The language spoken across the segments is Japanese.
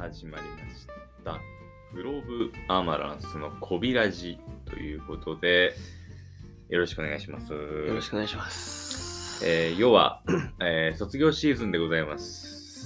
始まりました。グローブアマランスのコビラジということで、よろしくお願いします。 よろしくお願いします。 要は、卒業シーズンでございます。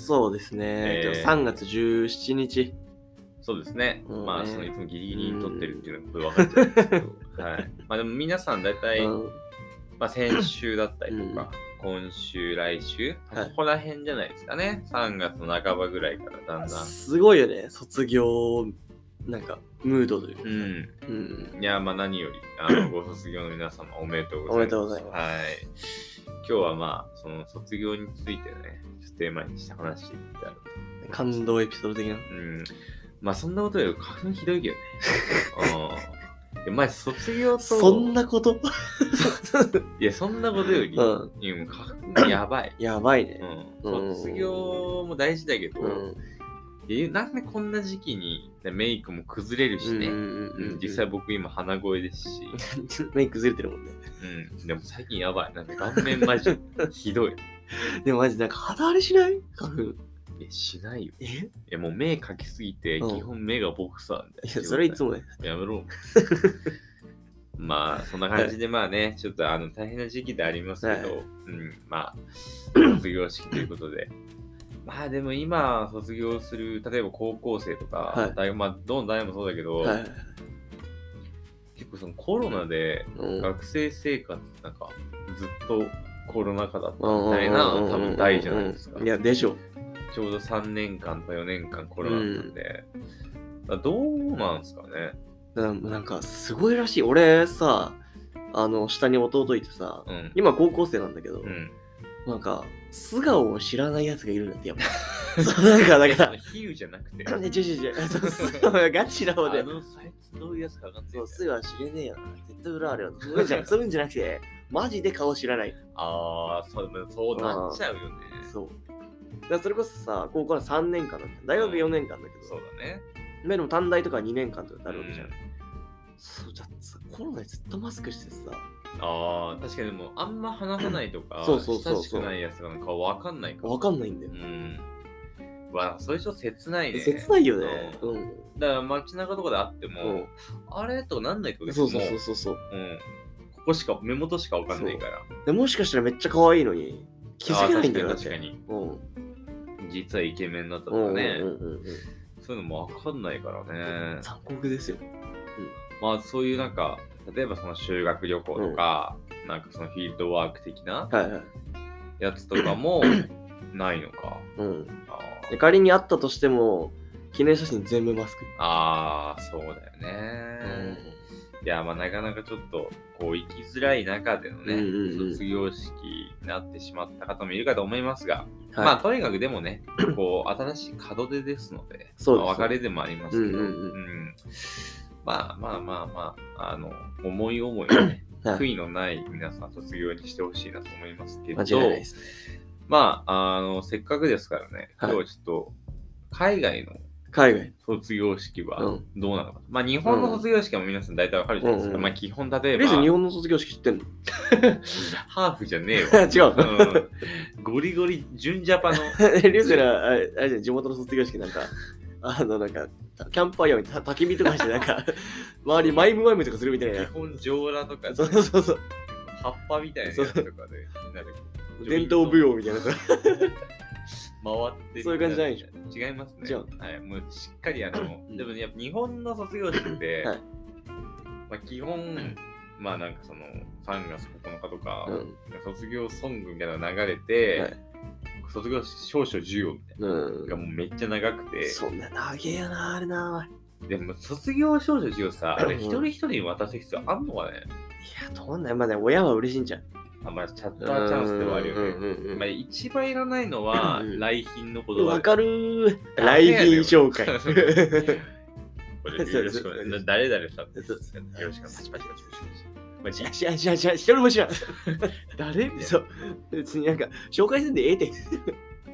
そうですね。3月17日。 そうですね。まあ、そのいつもギリギリに撮ってるっていうのが分かっちゃうんですけど、はい。まあでも皆さん大体、まあ先週だったりとか、今週、来週、ここら辺じゃないですかね。3月の半ばぐらいからだんだん。 すごいよね。卒業、なんか、ムードというか。 いや、まあ何より、ご卒業の皆様おめでとうございます。 おめでとうございます。 はい。今日はまあ、その卒業についてね、ちょっとテーマにして話していきたい。 感動エピソード的な。 まあそんなことより花粉ひどいけどね。前卒業とそんなこといやそんなことより、いやもう花粉やばい。 やばいね。 卒業も大事だけど、なんでこんな時期にメイクも崩れるしね。実際僕今鼻声ですし。 メイク崩れてるもんね。 でも最近やばい。なんか顔面マジひどい。 でもマジなんか肌荒れしない花粉。 しないよ。もう目かきすぎて、基本目がボクサーなんだよ。 いや、それいつもね。 やめろ。まあ、そんな感じで、まあね、ちょっと大変な時期でありますけど、まあ、卒業式ということで。まあでも今、卒業する、例えば高校生とか、まあ、どの代もそうだけど、結構そのコロナで学生生活なんかずっとコロナ禍だったみたいな、多分代じゃないですか。 いや、でしょ。 ちょうど3年間と4年間コロナなんで、どうなんすかね。 なんかすごいらしい。俺さ、下に弟いてさ、今高校生なんだけど、なんか素顔を知らないやつがいるんだって、やっぱ。なんか比喩じゃなくて。 素顔がガチな方で。 そいつどういうやつか分かんない。 そう、素顔知れねえよな。絶対裏あるよ。そういうんじゃなくて、マジで顔知らない。 そうなっちゃうよね。 そう。だからそれこそさ、高校は3年間だった。大学4年間だけど。 そうだね。 でも短大とか2年間とかあるわけじゃん。そう、だってさ、コロナでずっとマスクしてさ。 確かにでも、あんま話さないとか、親しくないやつがなんか分かんないから。 分かんないんだよ。 それちょっと切ないね。 切ないよね。 だから街中とかで会っても、あれとかなんないとそう。 ここしか、目元しか分かんないから。 でもしかしたらめっちゃ可愛いのに、気づけないんだよ。 確かに。実はイケメンだったとかね。そういうのも分かんないからね。 残酷ですよ。 まあそういうなんか、例えばその修学旅行とか、なんかそのフィールドワーク的なやつとかもないのか。 仮にあったとしても、記念写真全部マスク。 そうだよね。いや、まあなかなかちょっと、こう、生きづらい中でのね、卒業式になってしまった方もいるかと思いますが、まあとにかくでもね、こう、新しい門出ですので、別れでもありますけど、まあ、思い思いのね、悔いのない皆さん卒業にしてほしいなと思いますけど、まあ、せっかくですからね、今日はちょっと、海外の卒業式はどうなのか。まあ、日本の卒業式は皆さん大体わかるじゃないですか。まあ、基本例えば。 レス日本の卒業式知ってんの？ ハーフじゃねえわ。 違う。 ゴリゴリ、純ジャパの。 レスら、あれじゃん、地元の卒業式なんか、なんか、キャンプファイヤーみたいな焚き火とかして、なんか、周りマイムとかするみたいな。 基本、上裸とか、 そう。 葉っぱみたいなやつとかで、 伝統舞踊みたいなさ。 回ってそういう感じじゃないでしょ。違いますね。もうしっかりでもやっぱ日本の卒業式って、まあ基本、まあなんかその3月9日とか、卒業ソングみたいなの流れて、卒業証書授業みたいなのがもうめっちゃ長くて。 そんな長えよな、あれな。 でも卒業証書授業さ、あれ一人一人に渡す必要あんのかね。 いや、どんな、まあね、親は嬉しいんじゃん。 まあ、チャッターチャンスではあるよね。まあ、一番いらないのは、来賓のことわかるー。来賓紹介。 これ、よろしくお願いします。誰々さんです。よろしくお願いします。 一人も知らん。誰？そう。別になんか、紹介するんでええって。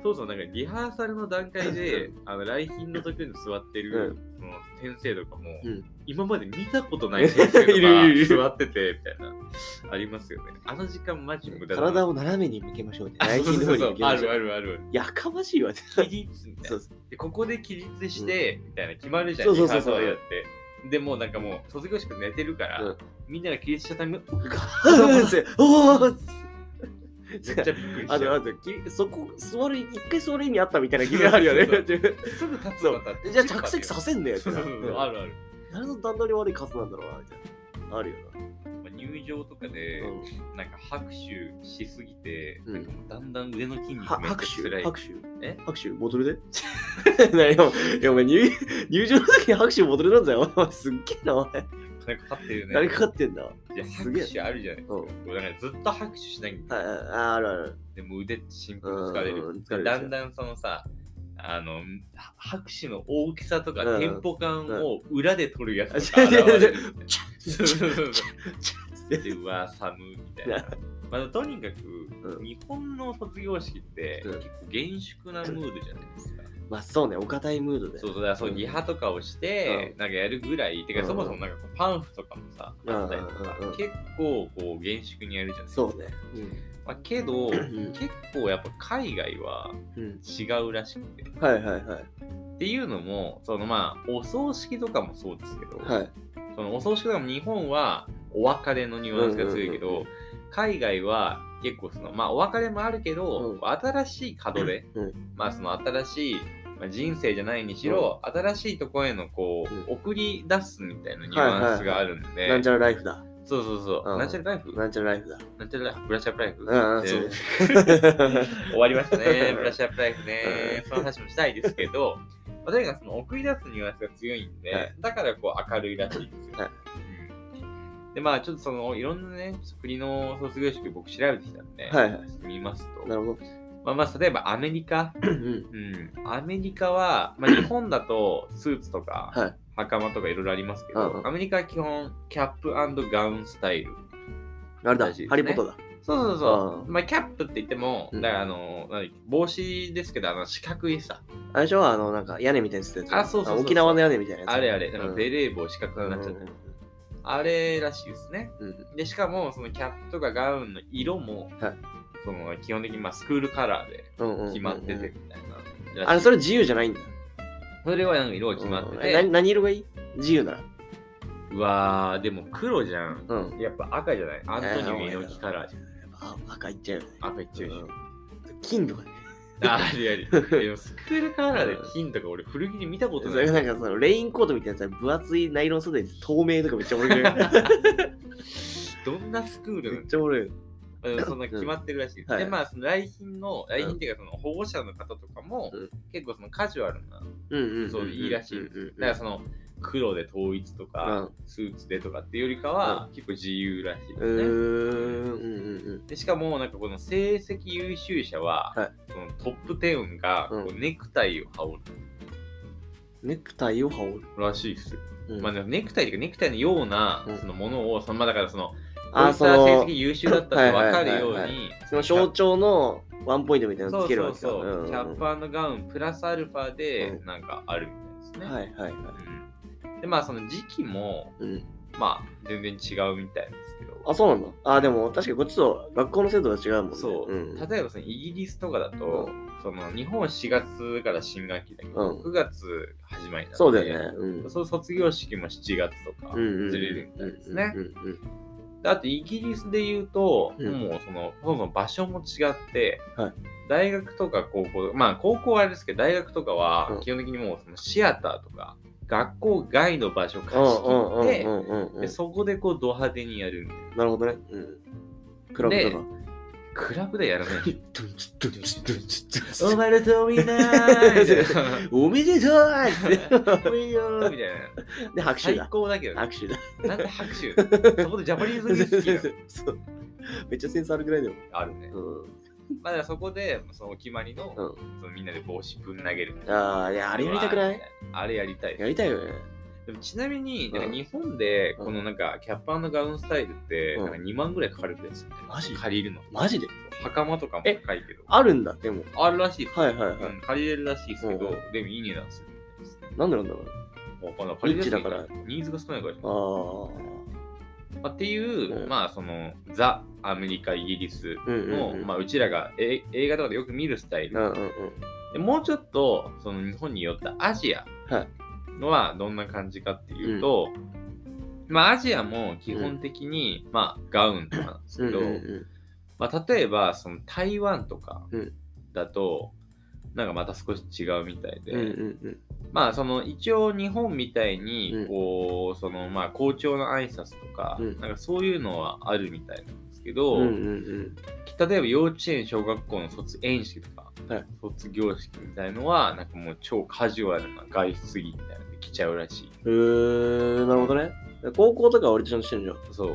そうそう、なんかリハーサルの段階で、来賓の時に座ってる、その先生とかも、今まで見たことない先生とか座ってて、みたいな、ありますよね。あの時間マジ無駄だ。 体を斜めに向けましょうね。来賓の方に向けましょう。 ある。 やかましいわ。 起立みたいな。で、ここで起立して、みたいな決まるじゃん、リハーサルやって。でもなんかもう卒業式寝てるから、みんなが起立したタイミング、 おーめっちゃびっくりした。 そこ一回座る意味あったみたいな気があるよね。 すぐ立つのかじゃあ着席させんだよ。 ある。 誰の段取り悪い数なんだろうなみたいな。あるよな。 入場とかで、なんか拍手しすぎて、なんかもうだんだん上の筋肉めっちゃ辛い。 拍手ボトルでいや、お前入場の時に拍手ボトルなんだよ。お前すっげえな、お前。 金かかってるよね。 誰かかってんだ。 いや、拍手あるじゃないですか。だからずっと拍手しないんだよ。 ある。 でも腕ってシンプル疲れる。だんだんそのさ、拍手の大きさとかテンポ感を裏で取るやつとか現れる。で、うわ、寒いみたいな。まあ、とにかく、日本の卒業式って結構厳粛なムードじゃないですか。 まあそうね、お堅いムードで。 そうリハとかをして、なんかやるぐらい、てかそもそもなんかパンフとかもさ、あったりとか、結構こう厳粛にやるじゃないですか。 そうね。 まあ、けど、結構やっぱ海外は違うらしくて。っていうのも、まあ、お葬式とかもそうですけど、そのお葬式とかも日本はお別れのニュアンスが強いけど、海外は結構まあお別れもあるけど、新しい門出、まあその新しい、人生じゃないにしろ、新しいところへのこう、送り出すみたいなニュアンスがあるんで。 なんちゃらライフだ。 そう。なんちゃらライフなんちゃらライフだ。 なんちゃらライフブラッシュアップライフそう終わりましたね。ブラッシュアップライフね。その話もしたいですけど、とにかくその送り出すニュアンスが強いんで、だからこう明るいらしいですよ。で、まあちょっといろんなね、国の卒業式僕調べてきたんで、見ますと。 なるほど。 まあ例えばアメリカ。アメリカは、まあ日本だとスーツとか、袴とかいろいろありますけど、アメリカは基本キャップ&ガウンスタイル。 あれだ、ハリーポッターだ。 そう。まあキャップって言っても、だから帽子ですけど、四角いさ。 あれでしょなんか屋根みたいにしてたやつ。 そう。 沖縄の屋根みたいなやつ。 あれ。なんかベレー帽四角になっちゃってる。あれらしいですね。で、しかも、そのキャップとかガウンの色も、基本的にスクールカラーで決まっててみたいな。 それ自由じゃないんだ。 それはなんか色が決まってて。 何色がいい自由なら。 うわー、でも黒じゃん。やっぱ赤じゃないアントニオ猪木カラーじゃん。 赤いっちゃうよね。 赤いっちゃうじゃん。 金とかね。 あり。でもスクールカラーで金とか俺古着で見たことない。 なんかレインコートみたいなさ、分厚いナイロン素材で透明とかめっちゃおもろい。 どんなスクールめっちゃおもろい。 そんな決まってるらしいです。で、まあ、その来賓っていうか、その保護者の方とかも、結構そのカジュアルな、そういいらしいです。だから黒で統一とか、スーツでとかっていうよりかは、結構自由らしいですね。で、しかも、なんかこの成績優秀者は、そのトップ10がネクタイを羽織る。 ネクタイを羽織るらしいですよ。まあ、ネクタイっていうか、ネクタイのようなものを、まあだからこいつは成績優秀だったって分かるように、 その象徴のワンポイントみたいなのつけるわけか。 キャップ&ガウンプラスアルファでなんかあるみたいですね。で、まあその時期も、まあ全然違うみたいですけど。 そうなんだ。でも確かにこっちと学校の制度が違うもんね。 そう。例えばイギリスとかだと、日本は4月から新学期だけど、9月始まりなんで、 そうだよね。 卒業式も7月とかずれるみたいですね。あとイギリスで言うと、もうその場所も違って、大学とか高校、まあ高校はあれですけど、大学とかは基本的にもうそのシアターとか、学校外の場所貸し切って、そこでド派手にやるみたいな。 なるほどね。クラブとか。 クラブでやらない。 おめでとうみんなーおめでとうっておめでとうみたいな。 で、拍手だ。 最高だけどね。 拍手だ。 なんで拍手そこでジャパニーズミス好きだ。 めっちゃセンスあるぐらいだよ。 あるね。まあそこで、そのお決まりの、みんなで帽子ぶん投げる。 いや、あれやりたくない？ あれやりたい。 やりたいよね。 でもちなみに、なんか日本で、このなんか、キャップ&ガウンスタイルって、なんか2万ぐらいかかるんですよね。 マジ借りるの。 マジで袴とかも高いけど。 あるんだ、でも。 あるらしいです。 はいはいはい。 借りれるらしいですけど、でもいい値段するみたいですね。 なんでなんだろう。わかんない。借りれるだから。 ニーズが少ないからじゃん。っていう、まあその、ザ・アメリカ、イギリスの、まあうちらが映画とかでよく見るスタイル。でもうちょっと、その日本によったアジアはどんな感じかっていうと、まあアジアも基本的に、まあガウンとかなんですけど、まあ例えばその台湾とかだと、なんかまた少し違うみたいで、まあその一応日本みたいにこう、そのまあ校長の挨拶とか、なんかそういうのはあるみたいなんですけど、例えば幼稚園小学校の卒園式とか、卒業式みたいのはなんかもう超カジュアルな外出着みたいなので着ちゃうらしい。 なるほどね。高校とかは俺ちゃんとしてんじゃん。 そう、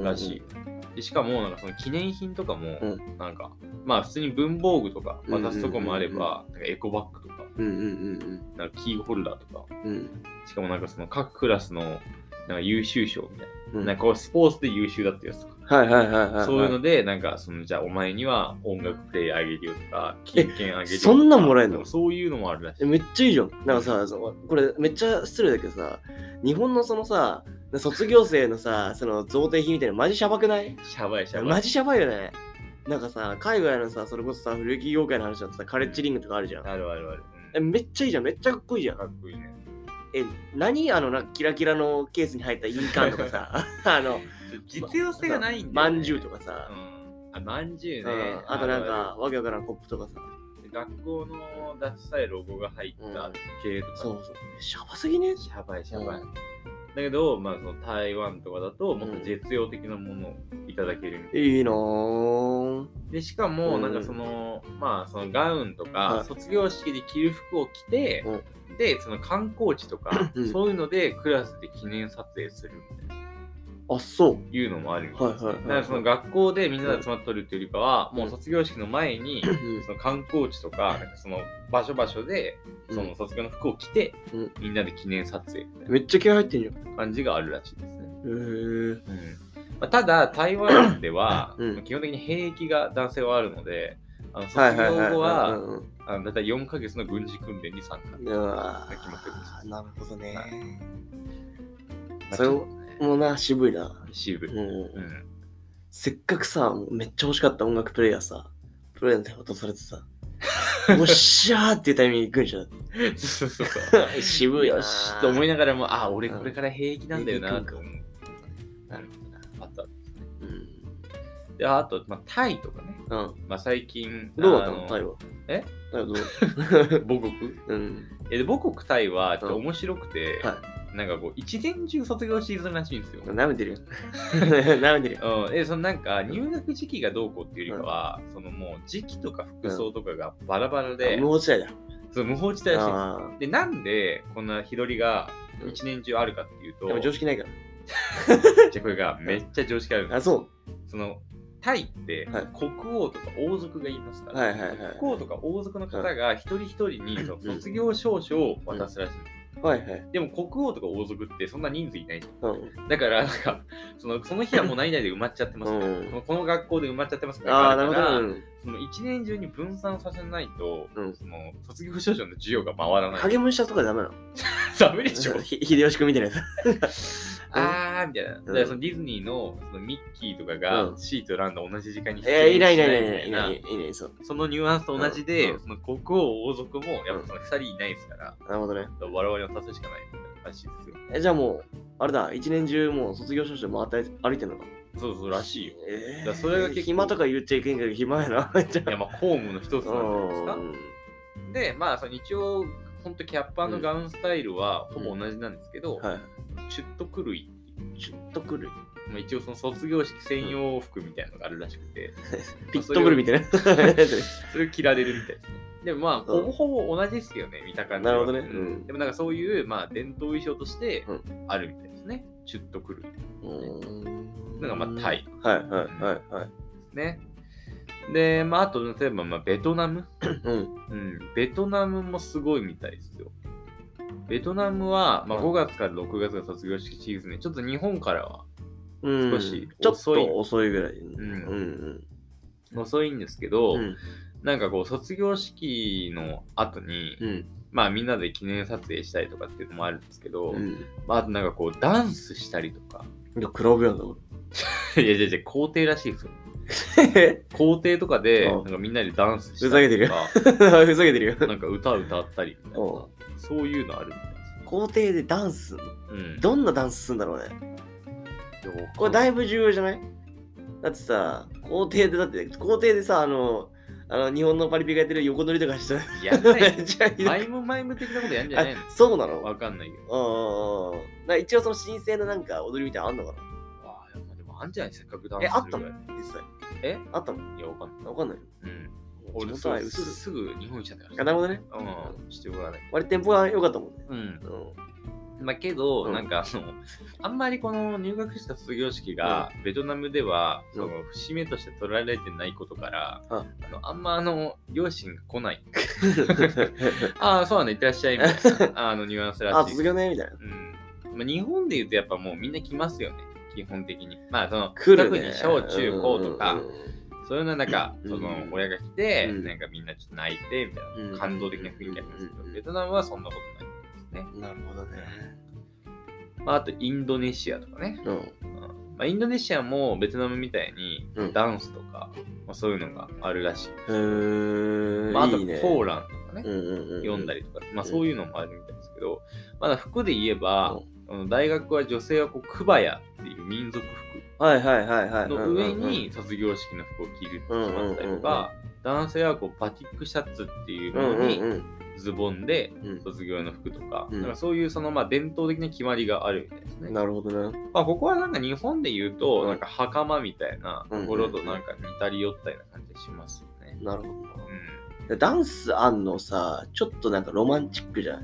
らしい。でしかもなんかその記念品とかもなんか、まあ普通に文房具とか渡すとこもあれば、なんかエコバッグとか、なんかキーホルダーとか、しかもなんかその各クラスのなんか優秀賞みたいな、なんかこうスポーツで優秀だったやつとか、そういうのでなんかそのじゃあお前には音楽プレイあげるよとか、金券あげるよとか、 そんなんもらえるの？ そういうのもあるらしい。 めっちゃいいじゃん。なんかさ、これめっちゃ失礼だけどさ、日本のそのさ、卒業生のさ、その贈呈品みたいなマジシャバくない？ シャバい。 マジシャバいよね。なんかさ、海外のさ、それこそさ、古着業界の話だとさ、カレッジリングとかあるじゃん。 ある。 めっちゃいいじゃん。めっちゃかっこいいじゃん。 かっこいいね。 何キラキラのケースに入った印鑑とかさ、 実用性がないんだよ、ね。 まんじゅうとかさ。 まんじゅうね。 あとなんか、わけわからんコップとかさ。 学校の出しさえロゴが入った系とか。 そう。シャバすぎね？ シャバい。だけど、まあその台湾とかだと、もっと実用的なものをいただけるみたいな。 いいなぁ。 で、しかも、なんかその、まあそのガウンとか、卒業式で着る服を着て、で、その観光地とか、そういうのでクラスで記念撮影するみたいな。 そういうのもあるみたいです。だからその学校でみんなで集まっとるっていうよりかは、もう卒業式の前に、その観光地とか、なんかその場所で、その卒業の服を着て、みんなで記念撮影みたいな。 めっちゃ気合入ってんじゃん。 感じがあるらしいですね。ただ、台湾では、基本的に兵役が男性はあるので、卒業後は、だいたい4ヶ月の軍事訓練に参加が決まってるんです。 なるほどね。それもな、渋いな。 渋い。 せっかくさ、めっちゃ欲しかった音楽プレイヤーさ、プレゼント渡されてさ、おっしゃーっていうタイミング行くんじゃん。 そう。 渋いな。 よしと思いながらも、俺これから兵役なんだよなと思う。なるほどな。あったんですね。で、あと、まあ、タイとかね。まあ、最近。 どうだったのタイは。タイはどう母国母国タイはちょっと面白くて、なんかこう、一年中卒業シーズンらしいんですよ。 舐めてるよ。 そのなんか、入学時期がどうこうっていうよりかは、そのもう時期とか服装とかがバラバラで。 無法地帯だ。 そう、無法地帯らしいんです。で、なんでこんな日取りが一年中あるかっていうと。 でも常識ないから。 じゃあこれがめっちゃ常識あるんです。その、タイって国王とか王族がいますから、国王とか王族の方が一人一人にその卒業証書を渡すらしいんです。でも国王とか王族ってそんな人数いないじゃん。だからなんかその日はもう何々で埋まっちゃってますから、この学校で埋まっちゃってますから、その一年中に分散させないと、その卒業証書の授業が回らない。 影武者とかダメなの？ ダメでしょ。 秀吉君みたいなやつ。 みたいな。だからそのディズニーのそのミッキーとかがシーとランド同じ時間にいないそのニュアンスと同じで、その国王王族もやっぱその2人いないですから、 なるほどね。 我々を足すしかないらしいですよ。 じゃあもうあれだ、一年中もう卒業証書回って歩いてんのか？ そうらしいよ。だそれが結構暇とか言っちゃいけんけど暇やな。 いやまあ公務の一つなんじゃないですか。でまあその一応本当キャッパーのガウンスタイルはほぼ同じなんですけど、シュッと狂い。まあ、一応その卒業式専用服みたいなのがあるらしくて、 ピットブルみたいなそれを着られるみたいですね。でもまあほぼほぼ同じですよね、見た感じは。 なるほどね。 でもなんかそういうまあ伝統衣装としてあるみたいですね。シュッと狂い。なんかまあタイ。ね。でまああと例えばまあベトナム。ベトナムもすごいみたいですよ。 ベトナムは、まあ、5月から6月が卒業式シーズンで、ちょっと日本からは少し遅い。 ちょっと遅いぐらい。 遅いんですけど、なんかこう、卒業式の後に、まあみんなで記念撮影したりとかっていうのもあるんですけど、まああとなんかこう、ダンスしたりとか。 いや、クラブやんだ、 いや、校庭らしいですよ。校庭とかで、なんかみんなでダンスしたりとか。 ふざけてるよ。 なんか歌ったりみたいな。そういうのあるみたいです。 校庭でダンス、どんなダンスするんだろうね。これだいぶ重要じゃない？だってさ、校庭でさ、日本のパリピがやってる横乗りとかしたら。 やんないよ。マイム的なことやんじゃないの？ そうなの？ わかんないよ。 一応その神聖ななんか踊りみたいなのあんのかな？ でもあんじゃない？せっかくダンスする。 あったの？実際。あったの？ いや、わかんない。 わかんないよ。 俺すぐ日本一だったから。 なるほどね。 しておかない。 割とテンポが良かったもんね。 まあけど、なんかあんまりこの入学した卒業式がベトナムではその節目として取られてないことから、あんま両親が来ない。ああ、そうなんだ、いってらっしゃいみたいなニュアンスらしい。 あ、卒業ねみたいな。 まあ日本で言うとやっぱもうみんな来ますよね、基本的に。まあ来る特に小中高とか。そういうのなんか、親が来て、なんかみんなちょっと泣いて、みたいな、感動的な雰囲気ありますけど、ベトナムはそんなことないですね。 なるほどね。 まあ、あと、インドネシアとかね。まあ、インドネシアもベトナムみたいに、ダンスとか、まあ、そういうのがあるらしい。まあ、あと、コーランとかね、読んだりとか、まあ、そういうのもあるみたいですけど、まだ服で言えば、大学は女性はこうクバヤっていう民族服の上に卒業式の服を着るって決まったりとか、男性はこうバティックシャツっていうものにズボンで卒業の服とか、なんかそういうそのまあ伝統的な決まりがあるみたいですね。 なるほどね。 まあここはなんか日本で言うとなんか袴みたいなところとなんか似たり寄ったような感じがしますよね。 なるほど。ダンスあんのさ、ちょっとなんかロマンチックじゃない？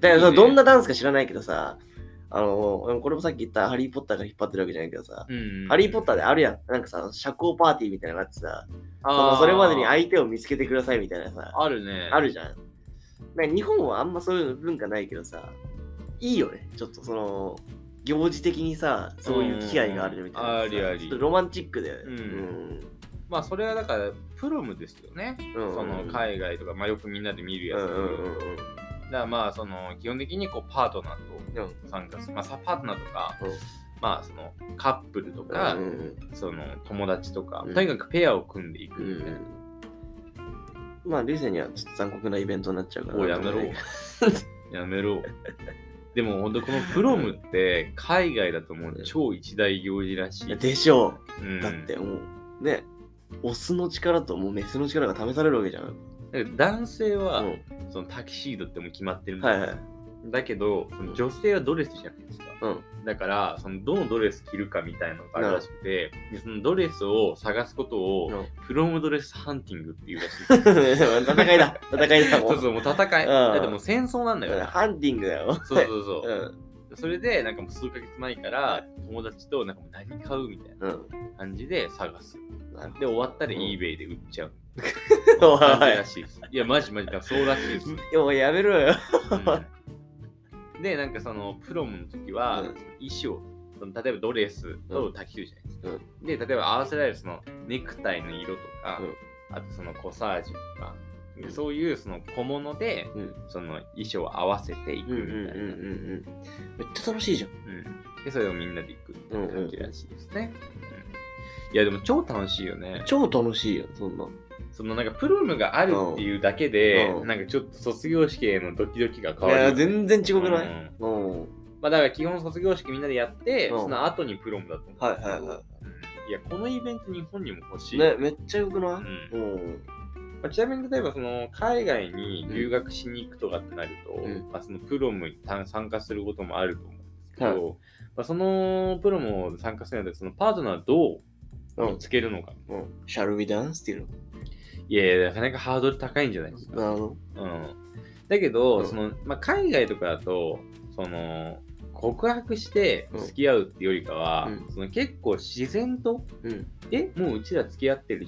だからどんなダンスか知らないけどさ、これもさっき言ったハリーポッターが引っ張ってるわけじゃないけどさ、ハリーポッターであるやん。なんかさ、社交パーティーみたいなのがあってさ、それまでに相手を見つけてくださいみたいなさ、 あるね。 あるじゃん。なんか日本はあんまそういう文化ないけどさ、いいよね。ちょっと行事的にさ、そういう機会があるみたいな。 ありあり。 ちょっとロマンチックで。 まあそれはだからプロムですよね。その海外とか、まあよくみんなで見るやつ。だからまあ基本的にこうパートナーと参加する。まあパートナーとか、まあカップルとか、友達とか、とにかくペアを組んでいくみたいな。 まあ、リュウセイにはちょっと残酷なイベントになっちゃうから。 やめろ。やめろ。でも本当このプロムって海外だともう超一大行事らしい。 でしょう。だってもう、ね、オスの力ともうメスの力が試されるわけじゃん。 男性は、そのタキシードってもう決まってるんだよ。だけど、その女性はドレスじゃないですか。だから、どのドレス着るかみたいなのがあるらしくて、でそのドレスを探すことを、プロムドレスハンティングっていうらしい。 戦いだ。 そう、もう戦い。だってもう戦争なんだよ。 ハンティングだよ。 そう。それで、なんかもう数ヶ月前から、友達となんかもう何買うみたいな感じで探す。で、終わったら eBay で売っちゃう。らしいです。いや、マジ、そうらしいです。 いや、もうやめろよ。 で、なんかプロムの時は、衣装、例えばドレスとタキシードじゃないですか。で、例えば合わせられるネクタイの色とか、あとコサージュとか、そういう小物で、衣装を合わせていくみたいな。めっちゃ楽しいじゃん。 で、それをみんなで行くって感じらしいですね。いや、でも超楽しいよね。 超楽しいよ、そんな。 なんかプロムがあるっていうだけで、なんかちょっと卒業式へのドキドキが変わる。 いや、全然違くない？ まあだから基本卒業式みんなでやって、その後にプロムだと思う。いや、このイベント日本にも欲しい。 ね、めっちゃよくない？ ちなみに例えば海外に留学しに行くとかってなると、プロムに参加することもあると思うんですけど、そのプロムを参加するので、パートナーをどう見つけるのか。 Shall we dance? っていうの？ いや、なかなかハードル高いんじゃないですか。だけど、海外とかだと、告白して付き合うってよりかは、結構自然と、もううちら付き合ってるじゃん。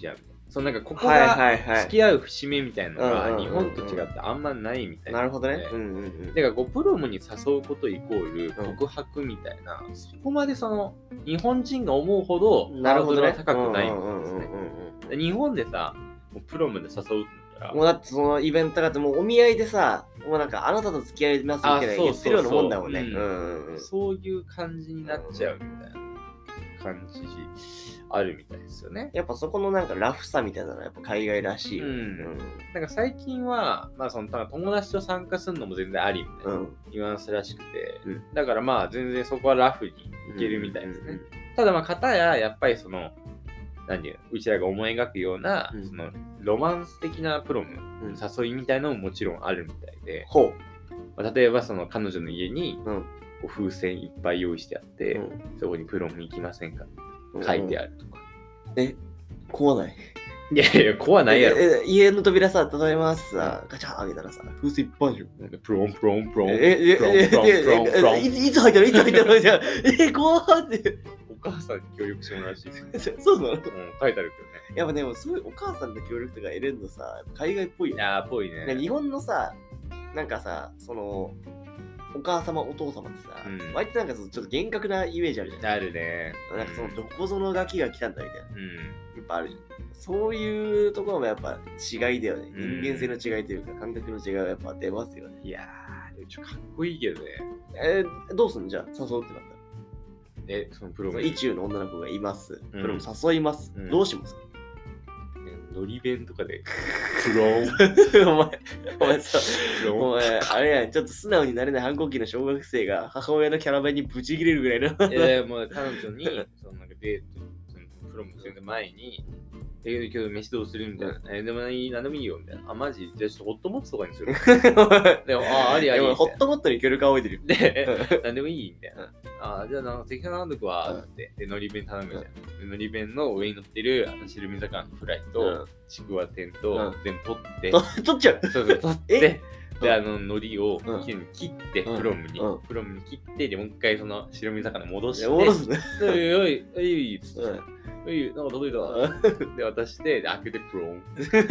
なんかここが付き合う節目みたいなのが日本と違ってあんまないみたいな。 なるほどね。 だからプロムに誘うことイコール告白みたいな、そこまで日本人が思うほどハードルは高くないみたいですね。日本でさ、プロムで誘うもうだってそのイベントがあってもうお見合いでさ、もうなんかあなたと付き合いますみたいな言ってるようなもんだもんね。 そういう感じになっちゃうみたいな感じあるみたいですよね。 やっぱそこのなんかラフさみたいなのはやっぱ海外らしいよ。 なんか最近は、まあ友達と参加するのも全然ありみたいなニュアンスらしくて、だからまあ全然そこはラフにいけるみたいですね。ただまあ片ややっぱりうちらが思い描くような、ロマンス的なプロム、誘いみたいなのももちろんあるみたいで、例えば彼女の家に、風船いっぱい用意してあって、そこにプロム行きませんか書いてあるとか。 怖ない？ いや、怖ないやろ。 家の扉さ、例えますさ、ガチャン開けたらさ、風船いっぱいあるよ。 プロンプロンプロン。 いつ入ったの怖って。 お母さんに協力してもらうらしい。 そうなの？ 書いてあるけどね。 やっぱでも、そういうお母さんの協力とか得れるのさ、海外っぽいよね。 いや、っぽいね。 日本のさ、なんかさ、お母様、お父様ってさ、割となんかちょっと厳格なイメージあるじゃん。 あるね。 なんかどこぞのガキが来たんだみたいな。やっぱあるじゃん。そういうところもやっぱ違いだよね。人間性の違いというか、感覚の違いはやっぱ出ますよね。 いやー、かっこいいけどね。 どうすんのじゃあ、誘うってなったら。 プロム。 意中の女の子がいます。プロム誘います。どうしますか？ のり弁とかで、プロン。 お前さ、あれやん、ちょっと素直になれない反抗期の小学生が母親のキャラ弁にブチ切れるぐらいの。 もう彼女に、なんかデート、プロムする前に、今日飯どうするみたいな。でも何でもいいよみたいな。マジじゃあちょっとホットモットとかにする。でも、ありあり。 ホットモットに協力仰いでる。 で、何でもいいみたいな。じゃあ適当なのとこは、って。で、のり弁頼むじゃん。のり弁の上に乗ってる白身魚のフライと、ちくわ天と、全部取って。 取っちゃう？ そう、取って。で、海苔を切って、プロムに切って、で、もう一回白身魚戻して。 戻すね。 おい、つって。なんか届いたわ。で、渡して、開けてプロン。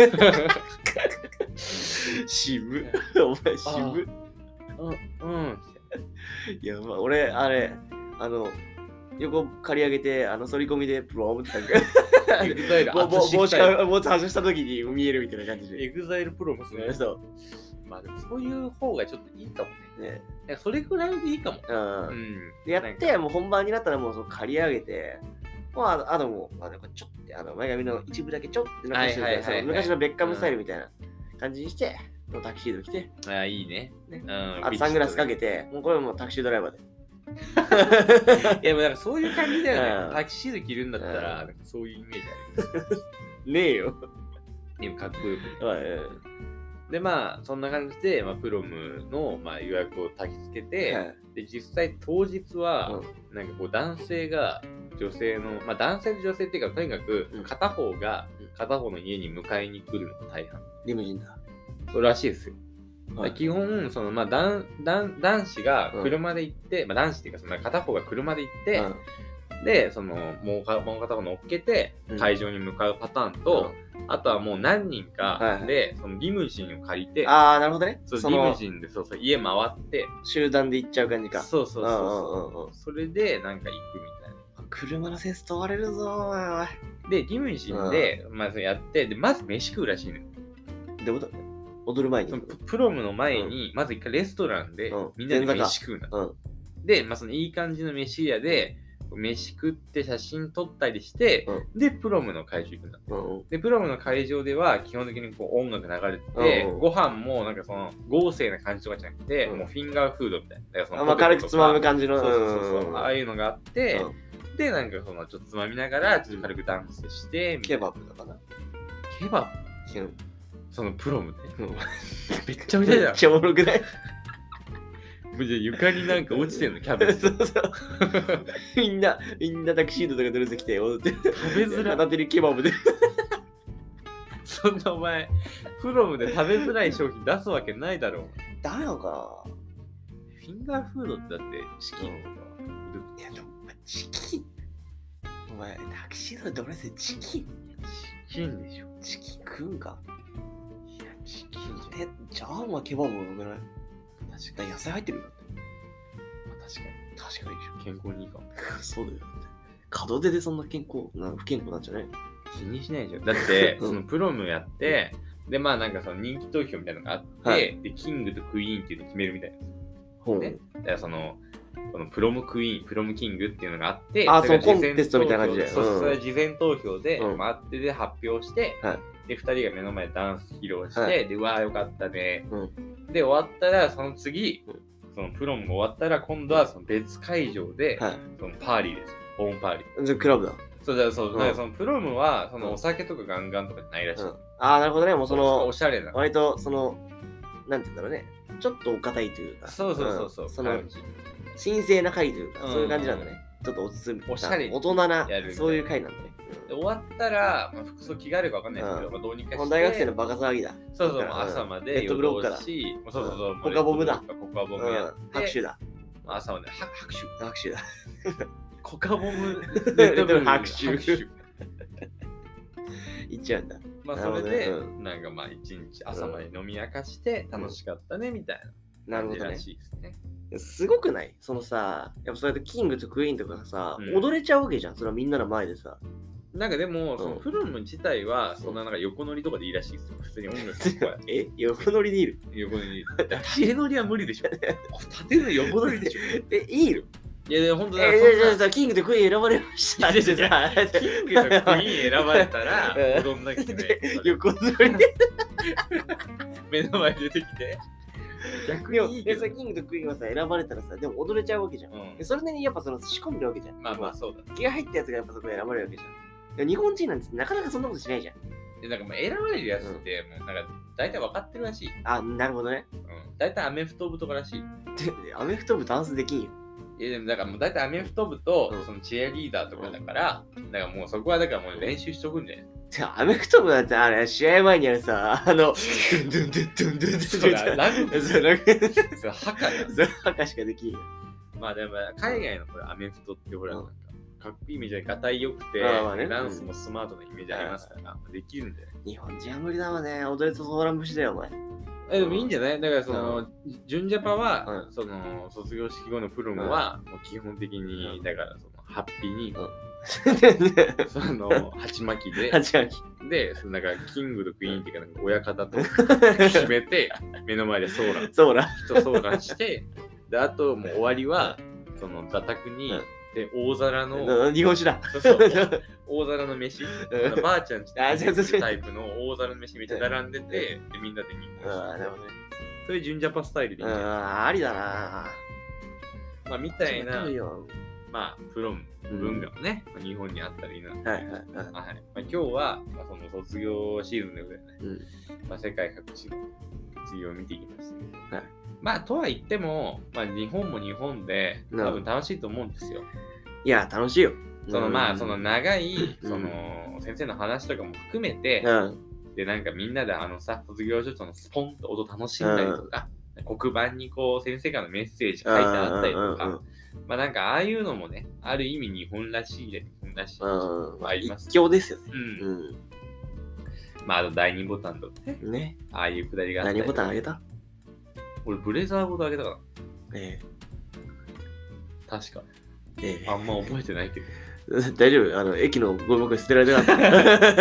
渋。お前渋。いや、まあ、俺、あれ、横刈り上げて、反り込みでプロンってエグザイル帽子外した時に見えるみたいな感じで。 エグザイルプロもすね。そう。まあでもそういう方がちょっといいかもね。それくらいでいいかも。 でやって、もう本番になったらもう刈り上げて、もうあともう、ちょって前髪の一部だけちょって残して昔のベッカムスタイルみたいな感じにして、もうタキシード着て。 いいね。 あとサングラスかけて、もうこれもうタクシードライバーで。 いや、もうなんかそういう感じだよね。タキシード着るんだったら、そういうイメージある。 ねえよ。 でもかっこよく。で、まあ、そんな感じで、プロムの予約を焚き付けて、で、実際当日は、なんか男性が女性の、男性と女性っていうか、とにかく片方が片方の家に迎えに来るのが大半。 リムジンだ。 そうらしいですよ。基本、男子が車で行って、男子っていうか、片方が車で行って、で、もう片方乗っけて、会場に向かうパターンと、あとはもう何人かで、リムジンを借りて、 なるほどね。 リムジンで、家回って、 集団で行っちゃう感じか。 そう。それで、なんか行くみたいな。 車のセンス問われるぞー。で、リムジンで、やって、で、まず飯食うらしいのよ。 で、踊る前に。 プロムの前に、まず一回レストランで、みんなで飯食うの。で、いい感じの飯屋で、飯食って写真撮ったりして、で、プロムの会場行くんだって。で、プロムの会場では、基本的に音楽流れてて、ご飯もなんか豪勢な感じとかじゃなくて、もうフィンガーフードみたいな。 軽くつまむ感じの。 そう。ああいうのがあって、で、なんかちょっとつまみながら、ちょっと軽くダンスして、 ケバブだかな。 ケバブプロムで。めっちゃめちゃじゃん。 めっちゃおもろくない？ 床になんか落ちてんの、キャベツ。 みんなタキシードとかドレス着て踊って。 食べづらい。 片手にケバブで。 そんなお前、プロムで食べづらい商品出すわけないだろう。 ダメなのかな？ フィンガーフードってだってチキンとか。 いや、でもチキン。お前、タキシードドレスでチキン。 キンでしょ。 チキン食うんか。 いや、チキンじゃじゃあまあケバブもよくない？確かに野菜入ってるよ。 確かにでしょ。 健康にいいかも。 そうだよ。門出でそんな不健康なんじゃない？ 気にしないでしょ。だって、そのプロムやって、で、まあなんかその人気投票みたいなのがあって、で、キングとクイーンっていうのを決めるみたいなんですよ。ね。だからそのプロムクイーン、プロムキングっていうのがあって、 そう、コンテストみたいな感じで。 そう、それは事前投票で、回ってで発表して、で、2人が目の前でダンス披露して、で、うわーよかったね。で、終わったら、その次、そのプロムが終わったら、今度はその別会場で、そのパーリーです。ホームパーリー。 じゃクラブだ。 そうだ、そう。だからそのプロムは、そのお酒とかガンガンとかないらしい。 なるほどね。もうその、 おしゃれな。 割と、その、なんて言うんだろうね。ちょっとお堅いというか。 そう。 その、神聖な会というか、そういう感じなんだね。ちょっと落ち着いおしゃれ大人な、そういう会なんだね。 終わったら、服装着替えるか分かんないですけど、どうにかして。 大学生のバカ騒ぎだ。 そう、朝まで夜通し、そう。 コカボムだ。 コカボムやって。 拍手だ。 朝まで拍手だ。コカボムで拍手。行っちゃうんだ。 まあそれで、なんかまあ一日朝まで飲み明かして楽しかったねみたいな感じらしいですね。 すごくない？そのさ、やっぱそうやってキングとクイーンとかがさ、踊れちゃうわけじゃん。それはみんなの前でさ。 なんかでも、そのプロム自体は、そんななんか横乗りとかでいいらしいですよ。普通に音楽とか。 横乗りでいる？ 横乗り。縦乗りは無理でしょ。縦乗り横乗りでしょ。 いいの？ いや、本当だ。 じゃあキングとクイーン選ばれました。 キングとクイーン選ばれたら、踊んなきゃいけない。 横乗りで目の前出てきて。逆にいいけど。 キングとクイーンはさ、選ばれたらさ、でも踊れちゃうわけじゃん。それなりにやっぱその仕込んでるわけじゃん。 まあそうだ。 気が入ったやつがやっぱそこで選ばれるわけじゃん。でも日本人なんてなかなかそんなことしないじゃん。 なんかもう選ばれるやつって、もうなんか大体分かってるらしい。 なるほどね。 大体アメフト部とからしい。 アメフト部ダンスできんよ。 でもだからもう大体アメフト部とそのチアリーダーとかだから、だからもうそこはだからもう練習しとくんじゃない？ じゃあアメフト部だってあれ試合前にあるさ、ドゥンドゥンドゥンドゥンドゥンドゥンそうだ、ラグビー。それハカだ。 それハカしかできんよ。 まあでも海外のこれアメフトってほらなんかかっこいいイメージでガタイ良くて、ダンスもスマートなイメージありますから、できるんだよ。 日本人は無理だわね。踊りとソーラン節だよお前。 でもいいんじゃない？だからその、純ジャパは、その卒業式後のプロムは、もう基本的に、だからそのハッピーに、その鉢巻きで、で、そのなんかキングとクイーンっていうか、親方と決めて、目の前でソーランして、で、あともう終わりは、その座卓に、で、大皿の、 日本酒だ。 そう大皿の飯、ばあちゃんちってタイプの大皿の飯めっちゃ並んでて、でみんなで日本酒。 なるほどね。 そういう純ジャパスタイルでいいんじゃない？ ありだな。 まあ、みたいな、まあ、プロム文化もね、日本にあったらいいな。まあ、今日は、その卒業シーズンでね、まあ、世界各地の卒業を見ていきました。まあ、とは言っても、まあ、日本も日本で、多分楽しいと思うんですよ。 いや、楽しいよ。 まあ、その長い、その、先生の話とかも含めて、で、なんかみんなで卒業書のスポンと音楽しんだりとか、黒板にこう、先生からのメッセージ書いてあったりとか、まあなんかああいうのもね、ある意味日本らしいで、日本らしいあります。 一興ですよね。 まああと第2ボタンとかね、ああいうくだりがあったり。 何ボタンあげた？ 俺ブレザーごとあげたかな。確か。あんま覚えてないけど。 大丈夫？駅のゴミ箱に捨てられてなかった。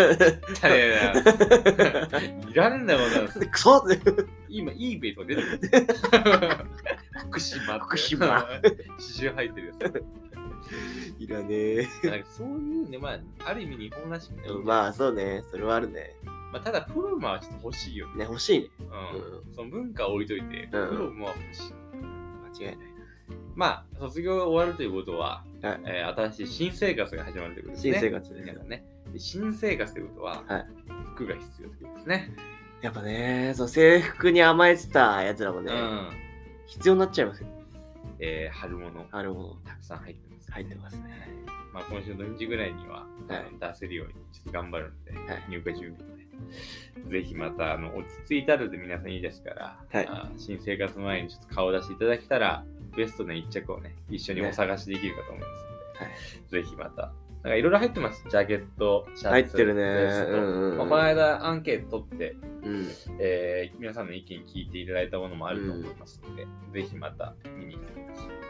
いらねえんだよ、 クソって。 今、eBay とか出てる。福島。刺繍入ってるやつ。 いらねえ。 そういうね、まあ、ある意味日本らしくて。 まあ、そうね。それはあるね。 まあ、ただ、プロムはちょっと欲しいよね。 欲しいね。 その文化を置いといて、プロムは欲しい。 間違いない。 まあ、卒業が終わるということは、新しい新生活が始まるということですね。 新生活ね。新生活ということは、服が必要ということですね。 やっぱね、制服に甘えてたやつらもね、必要になっちゃいますよ。 春物。たくさん入ってます。 入ってますね。 まあ、今週の土日ぐらいには、出せるようにちょっと頑張るので、入荷準備で。ぜひまた落ち着いたので皆さんいいですから、新生活前にちょっと顔出していただけたら、ベストな一着をね、一緒にお探しできるかと思いますので、ぜひまたなんかいろいろ入ってます。ジャケット、シャツ、 入ってるね。 この間アンケート取って、皆さんの意見聞いていただいたものもあると思いますので、ぜひまた見に来てください。はい、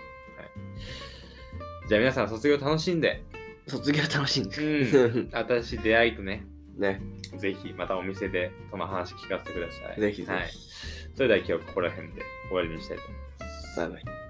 じゃあ皆さん卒業楽しんで。 卒業楽しんで。 新しい出会いとね。ぜひまたお店でその話聞かせてください。 ぜひぜひ。 はい。それでは今日はここら辺で終わりにしたいと思います。 バイバイ。